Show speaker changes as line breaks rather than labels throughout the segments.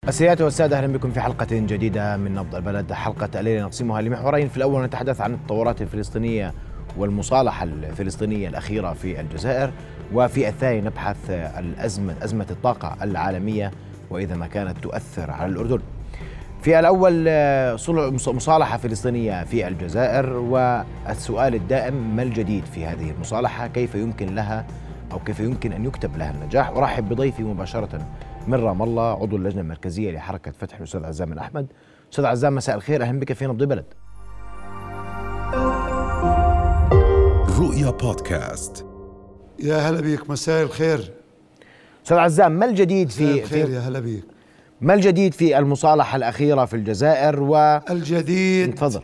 السيدات والسادة، أهلا بكم في حلقة جديدة من نبض البلد. حلقة الليلة نقسمها لمحورين. في الأول نتحدث عن التطورات الفلسطينية والمصالحة الفلسطينية الأخيرة في الجزائر، وفي الثاني نبحث أزمة الطاقة العالمية وإذا ما كانت تؤثر على الأردن. في الأول مصالحة فلسطينية في الجزائر، والسؤال الدائم: ما الجديد في هذه المصالحة؟ كيف يمكن لها أو كيف يمكن أن يكتب لها النجاح؟ أرحب بضيفي مباشرة من رام الله، عضو اللجنة المركزية لحركة فتح، الأستاذ عزام أحمد. أستاذ عزام، مساء الخير، أهلا بك في نبض البلد.
رؤيا بودكاست.
يا هلا بيك، مساء الخير.
أستاذ عزام، ما الجديد
يا هلا بيك.
ما الجديد في المصالحة الأخيرة في الجزائر؟
الجديد،
تفضل.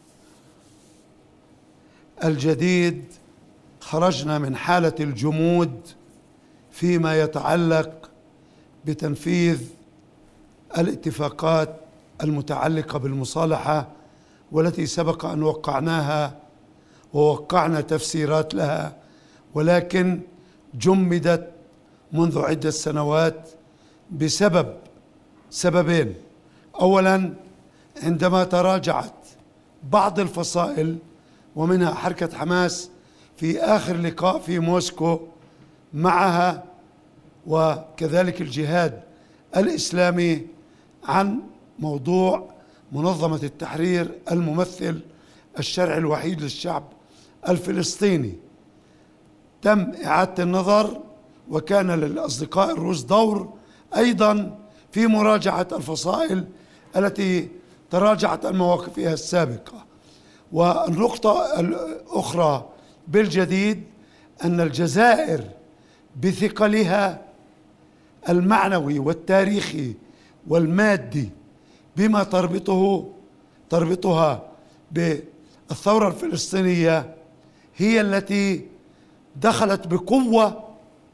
الجديد، خرجنا من حالة الجمود فيما يتعلق بتنفيذ الاتفاقات المتعلقة بالمصالحة، والتي سبق أن وقعناها ووقعنا تفسيرات لها، ولكن جمدت منذ عدة سنوات بسبب سببين. أولا، عندما تراجعت بعض الفصائل ومنها حركة حماس في آخر لقاء في موسكو معها، وكذلك الجهاد الإسلامي، عن موضوع منظمة التحرير الممثل الشرعي الوحيد للشعب الفلسطيني، تم إعادة النظر، وكان للأصدقاء الروس دور أيضا في مراجعة الفصائل التي تراجعت عن مواقفها السابقة. والنقطة الأخرى بالجديد أن الجزائر بثقلها المعنوي والتاريخي والمادي بما تربطها بالثورة الفلسطينية هي التي دخلت بقوة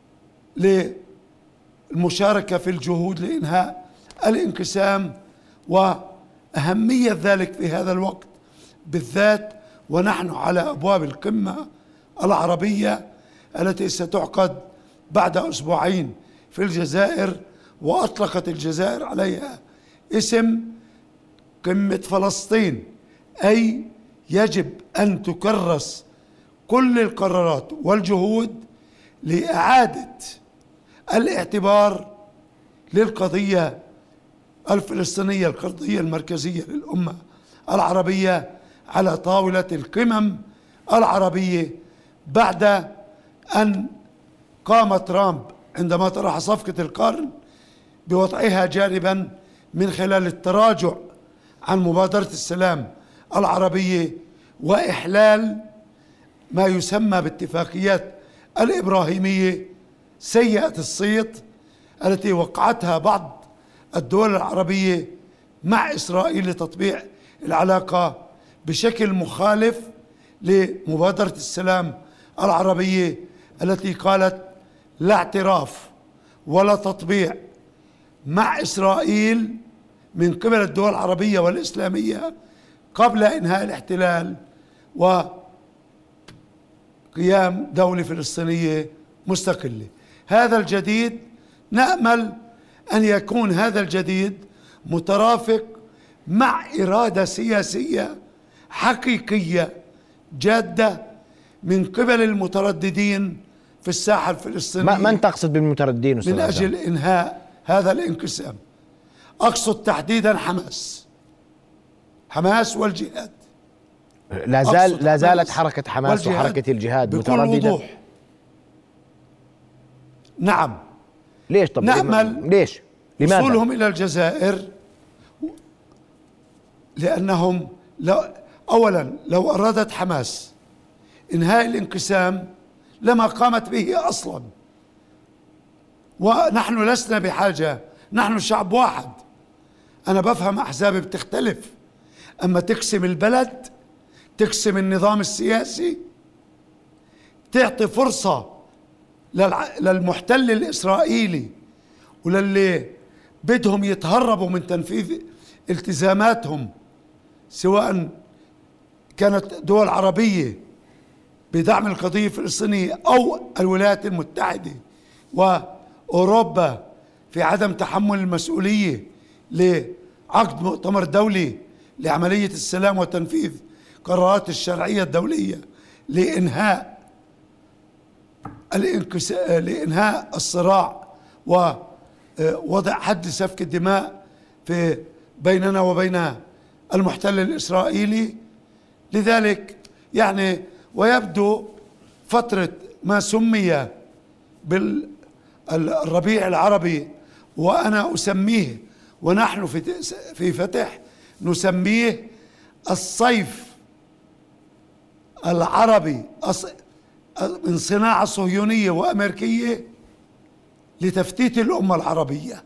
للمشاركة في الجهود لإنهاء الانقسام، وأهمية ذلك في هذا الوقت بالذات ونحن على أبواب القمة العربية التي ستعقد بعد أسبوعين في الجزائر، وأطلقت الجزائر عليها اسم قمة فلسطين، أي يجب أن تكرس كل القرارات والجهود لإعادة الاعتبار للقضية الفلسطينية، القضية المركزية للأمة العربية، على طاولة القمم العربية، بعد أن قام ترامب عندما طرح صفقة القرن بوضعها جانبا من خلال التراجع عن مبادرة السلام العربية وإحلال ما يسمى باتفاقيات الإبراهيمية سيئة الصيت التي وقعتها بعض الدول العربية مع إسرائيل لتطبيع العلاقة بشكل مخالف لمبادرة السلام العربية التي قالت لا اعتراف ولا تطبيع مع إسرائيل من قبل الدول العربية والإسلامية قبل إنهاء الاحتلال وقيام دولة فلسطينية مستقلة. هذا الجديد نأمل أن يكون هذا الجديد مترافق مع إرادة سياسية حقيقية جادة من قبل المترددين في الساحة الفلسطينية.
من تقصد بالمترددين
من أجل إنهاء هذا الانقسام؟ أقصد تحديدا حماس والجهاد.
لا زالت حركة حماس وحركة الجهاد مترددة
بكل وضوح. نعم.
ليش؟ طب
نأمل
ليش؟ لماذا؟
وصولهم إلى الجزائر لأنهم أولا لو أرادت حماس إنهاء الانقسام لما قامت به أصلا، ونحن لسنا بحاجة، نحن شعب واحد. أنا بفهم أحزاب بتختلف، أما تقسم البلد، تقسم النظام السياسي، تعطي فرصة للمحتل الإسرائيلي وللي بدهم يتهربوا من تنفيذ التزاماتهم، سواء كانت دول عربية بدعم القضية الفلسطينية أو الولايات المتحدة وأوروبا في عدم تحمل المسؤولية لعقد مؤتمر دولي لعملية السلام وتنفيذ قرارات الشرعية الدولية لإنهاء الصراع ووضع حد لسفك الدماء في بيننا وبين المحتل الإسرائيلي. لذلك يعني ويبدو فترة ما سمي بالربيع العربي، وأنا أسميه ونحن في فتح نسميه الصيف العربي من صناعة صهيونية وأمريكية لتفتيت الأمة العربية.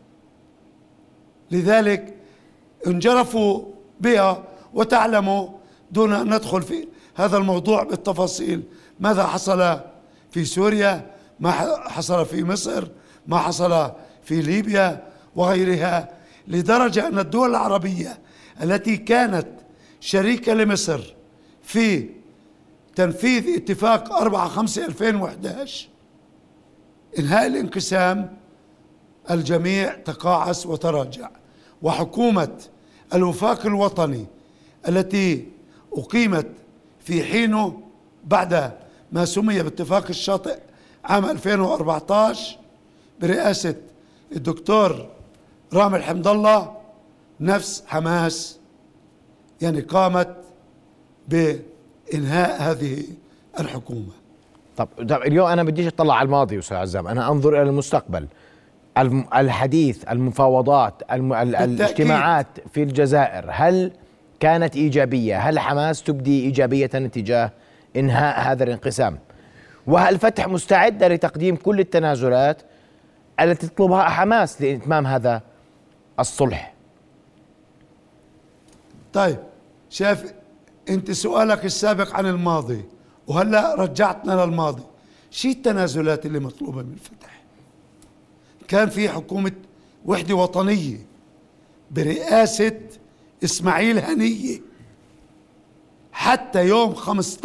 لذلك انجرفوا بها، وتعلموا دون أن ندخل في هذا الموضوع بالتفاصيل ماذا حصل في سوريا، ما حصل في مصر، ما حصل في ليبيا وغيرها، لدرجة أن الدول العربية التي كانت شريكة لمصر في تنفيذ اتفاق 4/5/2011 إنهاء الانقسام الجميع تقاعس وتراجع، وحكومة الوفاق الوطني التي أقيمت في حينه بعد ما سمي باتفاق الشاطئ عام 2014 برئاسة الدكتور رامي الحمد الله، نفس حماس يعني قامت بإنهاء هذه الحكومة.
طب اليوم أنا بديش أطلع على الماضي أستاذ عزام، أنا أنظر إلى المستقبل. الحديث، المفاوضات، الاجتماعات في الجزائر هل كانت إيجابية؟ هل حماس تبدي إيجابية تجاه إنهاء هذا الانقسام؟ وهل فتح مستعدة لتقديم كل التنازلات التي تطلبها حماس لإتمام هذا الصلح؟
طيب شايف انت سؤالك السابق عن الماضي وهلا رجعتنا للماضي. شي التنازلات اللي مطلوبة من الفتح؟ كان في حكومة وحدة وطنية برئاسة إسماعيل هنية حتى يوم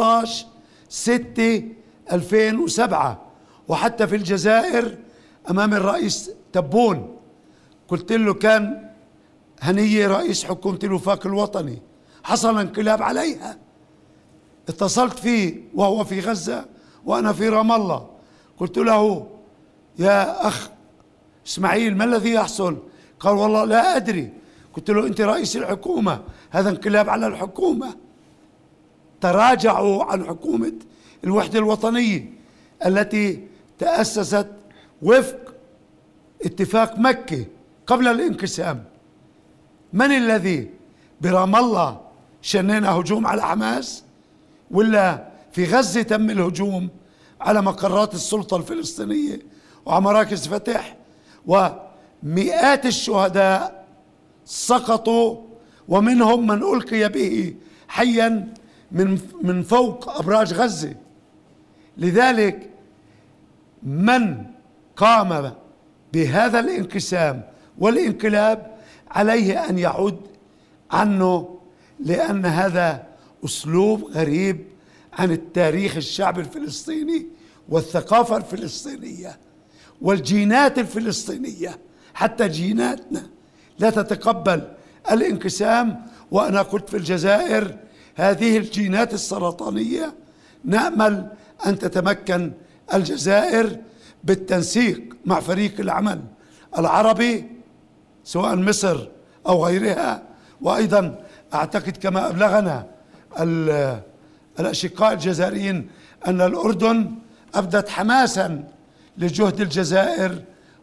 15/6/2007، وحتى في الجزائر أمام الرئيس تبون قلت له كان هنية رئيس حكومة الوفاق الوطني، حصل انقلاب عليها، اتصلت فيه وهو في غزة وأنا في رام الله، قلت له يا أخ إسماعيل ما الذي يحصل؟ قال والله لا أدري. قلت له أنت رئيس الحكومة، هذا انقلاب على الحكومة. تراجعوا عن حكومة الوحدة الوطنية التي تأسست وفق اتفاق مكة قبل الانقسام. من الذي برام الله شنينا هجوم على حماس، ولا في غزة تم الهجوم على مقرات السلطة الفلسطينية وعلى مراكز فتح، ومئات الشهداء سقطوا ومنهم من ألقي به حيا من فوق أبراج غزة. لذلك من قام بهذا الانقسام والانقلاب عليه أن يعود عنه، لأن هذا أسلوب غريب عن التاريخ الشعب الفلسطيني والثقافة الفلسطينية والجينات الفلسطينية. حتى جيناتنا لا تتقبل الانقسام. وأنا قلت في الجزائر هذه الجينات السرطانية نأمل أن تتمكن الجزائر بالتنسيق مع فريق العمل العربي سواء مصر أو غيرها. وأيضا أعتقد كما أبلغنا الأشقاء الجزائريين أن الأردن أبدت حماسا لجهد الجزائر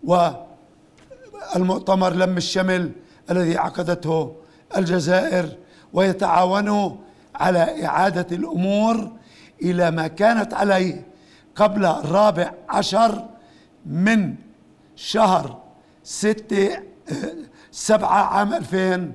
والمؤتمر لم الشمل الذي عقدته الجزائر، ويتعاونوا على إعادة الأمور إلى ما كانت عليه قبل 14 من شهر 6/7 عام 2000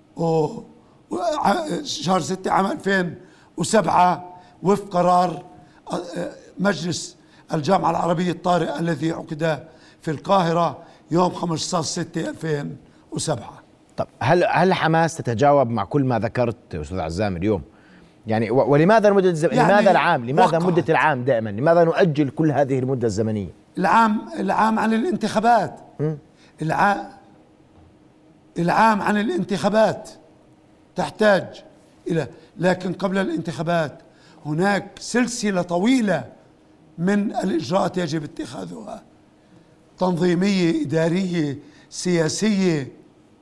شهر 6 عام 2007 وفق قرار مجلس الجامعة العربية الطارئ الذي عقد في القاهرة يوم 15/6/2007.
طب هل حماس تتجاوب مع كل ما ذكرت أستاذ عزام اليوم؟ يعني ولماذا مدة يعني لماذا العام؟ لماذا مدة العام دائما؟ لماذا نؤجل كل هذه المدة الزمنية؟
العام عن الانتخابات. العام عن الانتخابات تحتاج إلى، لكن قبل الانتخابات هناك سلسلة طويلة من الإجراءات يجب اتخاذها، تنظيمية، إدارية، سياسية.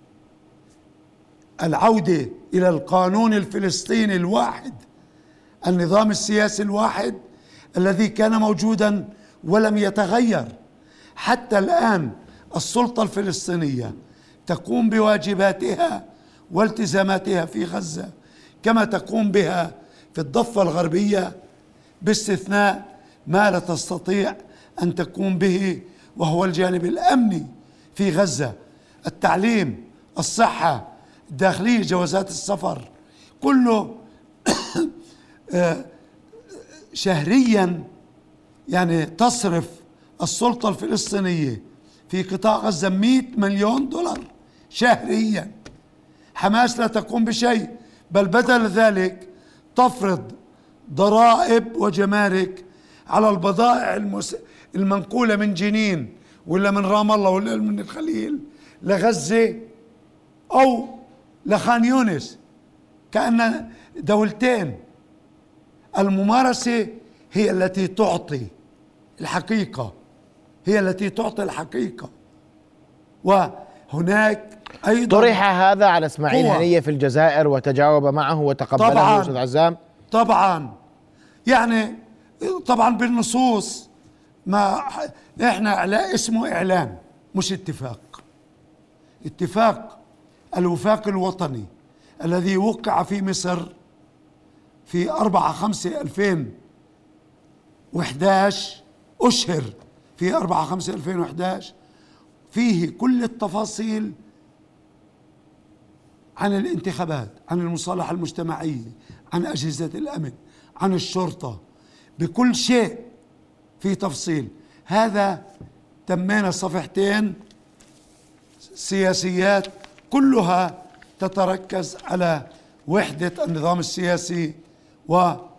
العودة إلى القانون الفلسطيني الواحد، النظام السياسي الواحد الذي كان موجودا ولم يتغير حتى الآن. السلطة الفلسطينية تقوم بواجباتها والتزاماتها في غزة كما تقوم بها في الضفة الغربية، باستثناء ما لا تستطيع أن تقوم به، وهو الجانب الأمني في غزة، التعليم، الصحة، الداخلية، جوازات السفر، كله شهريا. يعني تصرف السلطة الفلسطينية في قطاع غزة 100 مليون دولار شهريا. حماس لا تقوم بشيء، بل بدل ذلك تفرض ضرائب وجمارك على البضائع المنقولة من جنين ولا من رام الله ولا من الخليل لغزة أو لخان يونس، كأن دولتين. الممارسة هي التي تعطي الحقيقة، هي التي تعطي الحقيقة. وهناك أيضا
طرح هذا على اسماعيل هنية في الجزائر وتجاوب معه وتقبله أستاذ عزام؟
طبعا، يعني طبعا بالنصوص، ما احنا اسمه إعلان مش اتفاق. اتفاق الوفاق الوطني الذي وقع في مصر في 4/5/2011، أشهر في 4/5/2011، فيه كل التفاصيل عن الانتخابات، عن المصالحة المجتمعية، عن أجهزة الأمن، عن الشرطة، بكل شيء في تفصيل. هذا تمينا صفحتين سياسيات كلها تتركز على وحدة النظام السياسي وضرورة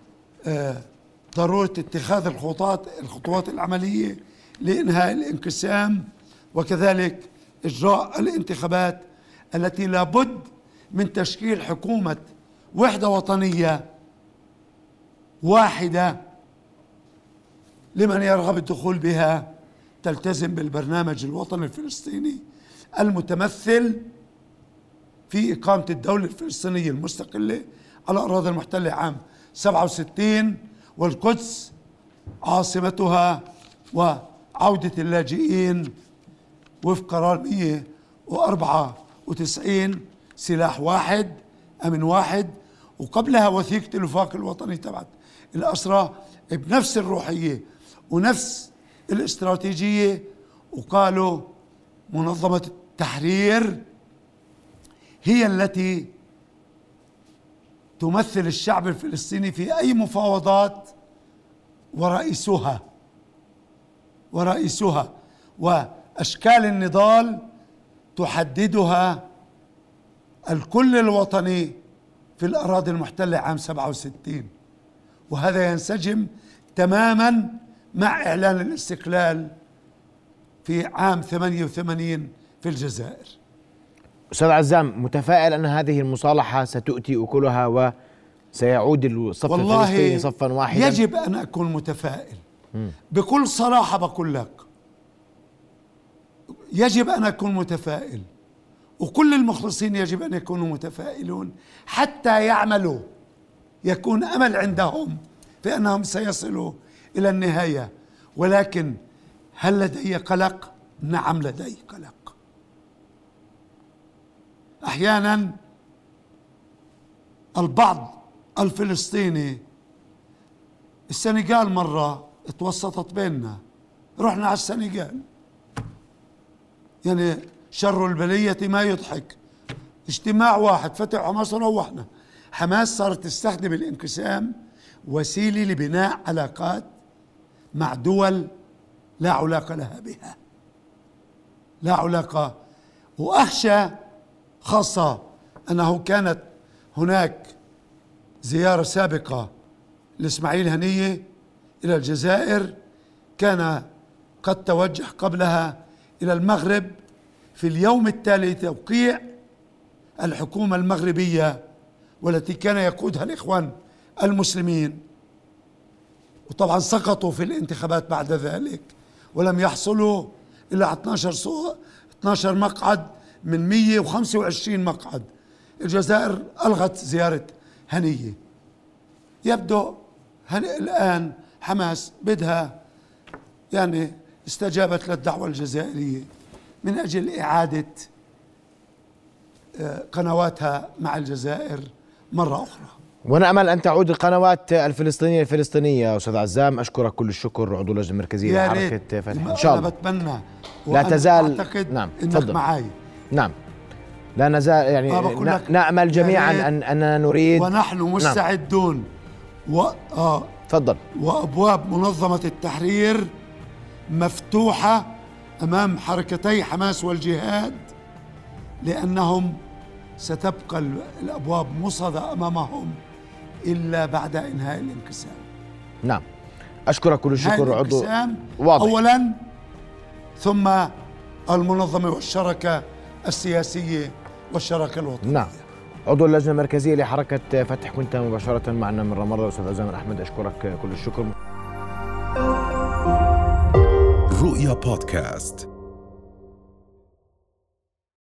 اتخاذ الخطوات العملية لإنهاء الانقسام، وكذلك إجراء الانتخابات التي لابد من تشكيل حكومة وحدة وطنية واحدة لمن يرغب الدخول بها، تلتزم بالبرنامج الوطني الفلسطيني المتمثل في إقامة الدولة الفلسطينية المستقلة على الأراضي المحتلة عام 67، والقدس عاصمتها، وعودة اللاجئين وفق قرار 194، سلاح واحد، أمن واحد. وقبلها وثيقة الوفاق الوطني تبعت الأسرى بنفس الروحية ونفس الاستراتيجية. وقالوا منظمة التحرير هي التي تمثل الشعب الفلسطيني في أي مفاوضات، ورئيسها وأشكال النضال تحددها الكل الوطني في الأراضي المحتلة عام 67. وهذا ينسجم تماما مع إعلان الاستقلال في عام 88 في الجزائر.
أستاذ عزام، متفائل أن هذه المصالحة ستؤتي أكلها وسيعود الصف الفلسطيني صفا واحدا؟
يجب أن أكون متفائل بكل صراحة، بقول لك يجب أن أكون متفائل، وكل المخلصين يجب أن يكونوا متفائلون حتى يعملوا، يكون أمل عندهم في أنهم سيصلوا إلى النهاية. ولكن هل لدي قلق؟ نعم لدي قلق. أحيانا البعض الفلسطيني، السنغال مرة اتوسطت بيننا، رحنا على السنغال، يعني شر البلية ما يضحك. اجتماع واحد فتح حماس وروحنا. حماس صارت تستخدم الانقسام وسيلة لبناء علاقات مع دول لا علاقة لها بها، لا علاقة. وأخشى خاصة أنه كانت هناك زيارة سابقة لإسماعيل هنية إلى الجزائر، كان قد توجه قبلها إلى المغرب في اليوم التالي توقيع الحكومة المغربية والتي كان يقودها الإخوان المسلمين، وطبعا سقطوا في الانتخابات بعد ذلك ولم يحصلوا إلا 12 مقعد من 125 مقعد. الجزائر ألغت زيارة هنية. يبدو الآن حماس بدها يعني استجابت للدعوة الجزائرية من أجل إعادة قنواتها مع الجزائر مرة أخرى،
ونأمل أن تعود القنوات الفلسطينية. أستاذ عزام أشكرك كل الشكر، عضو اللجنة المركزية لحركة فتح. إن شاء الله
أنا بتمنى
لا تزال.
أعتقد
نعم
إنك معي.
نعم لا نزال يعني نأمل جميعا أننا نريد
ونحن مستعدون.
تفضل.
وأبواب منظمة التحرير مفتوحة أمام حركتي حماس والجهاد، لأنهم ستبقى الأبواب مصدة أمامهم إلا بعد إنهاء الانقسام.
نعم أشكرك كل الشكر عضو.
واضح. أولا ثم المنظمة والشركة السياسية والشراكة الوطنية.
نعم عضو اللجنة المركزية لحركة فتح، كنت مباشرة معنا من رام الله الأستاذ عزام أحمد. أشكرك كل الشكر.
رؤيا بودكاست.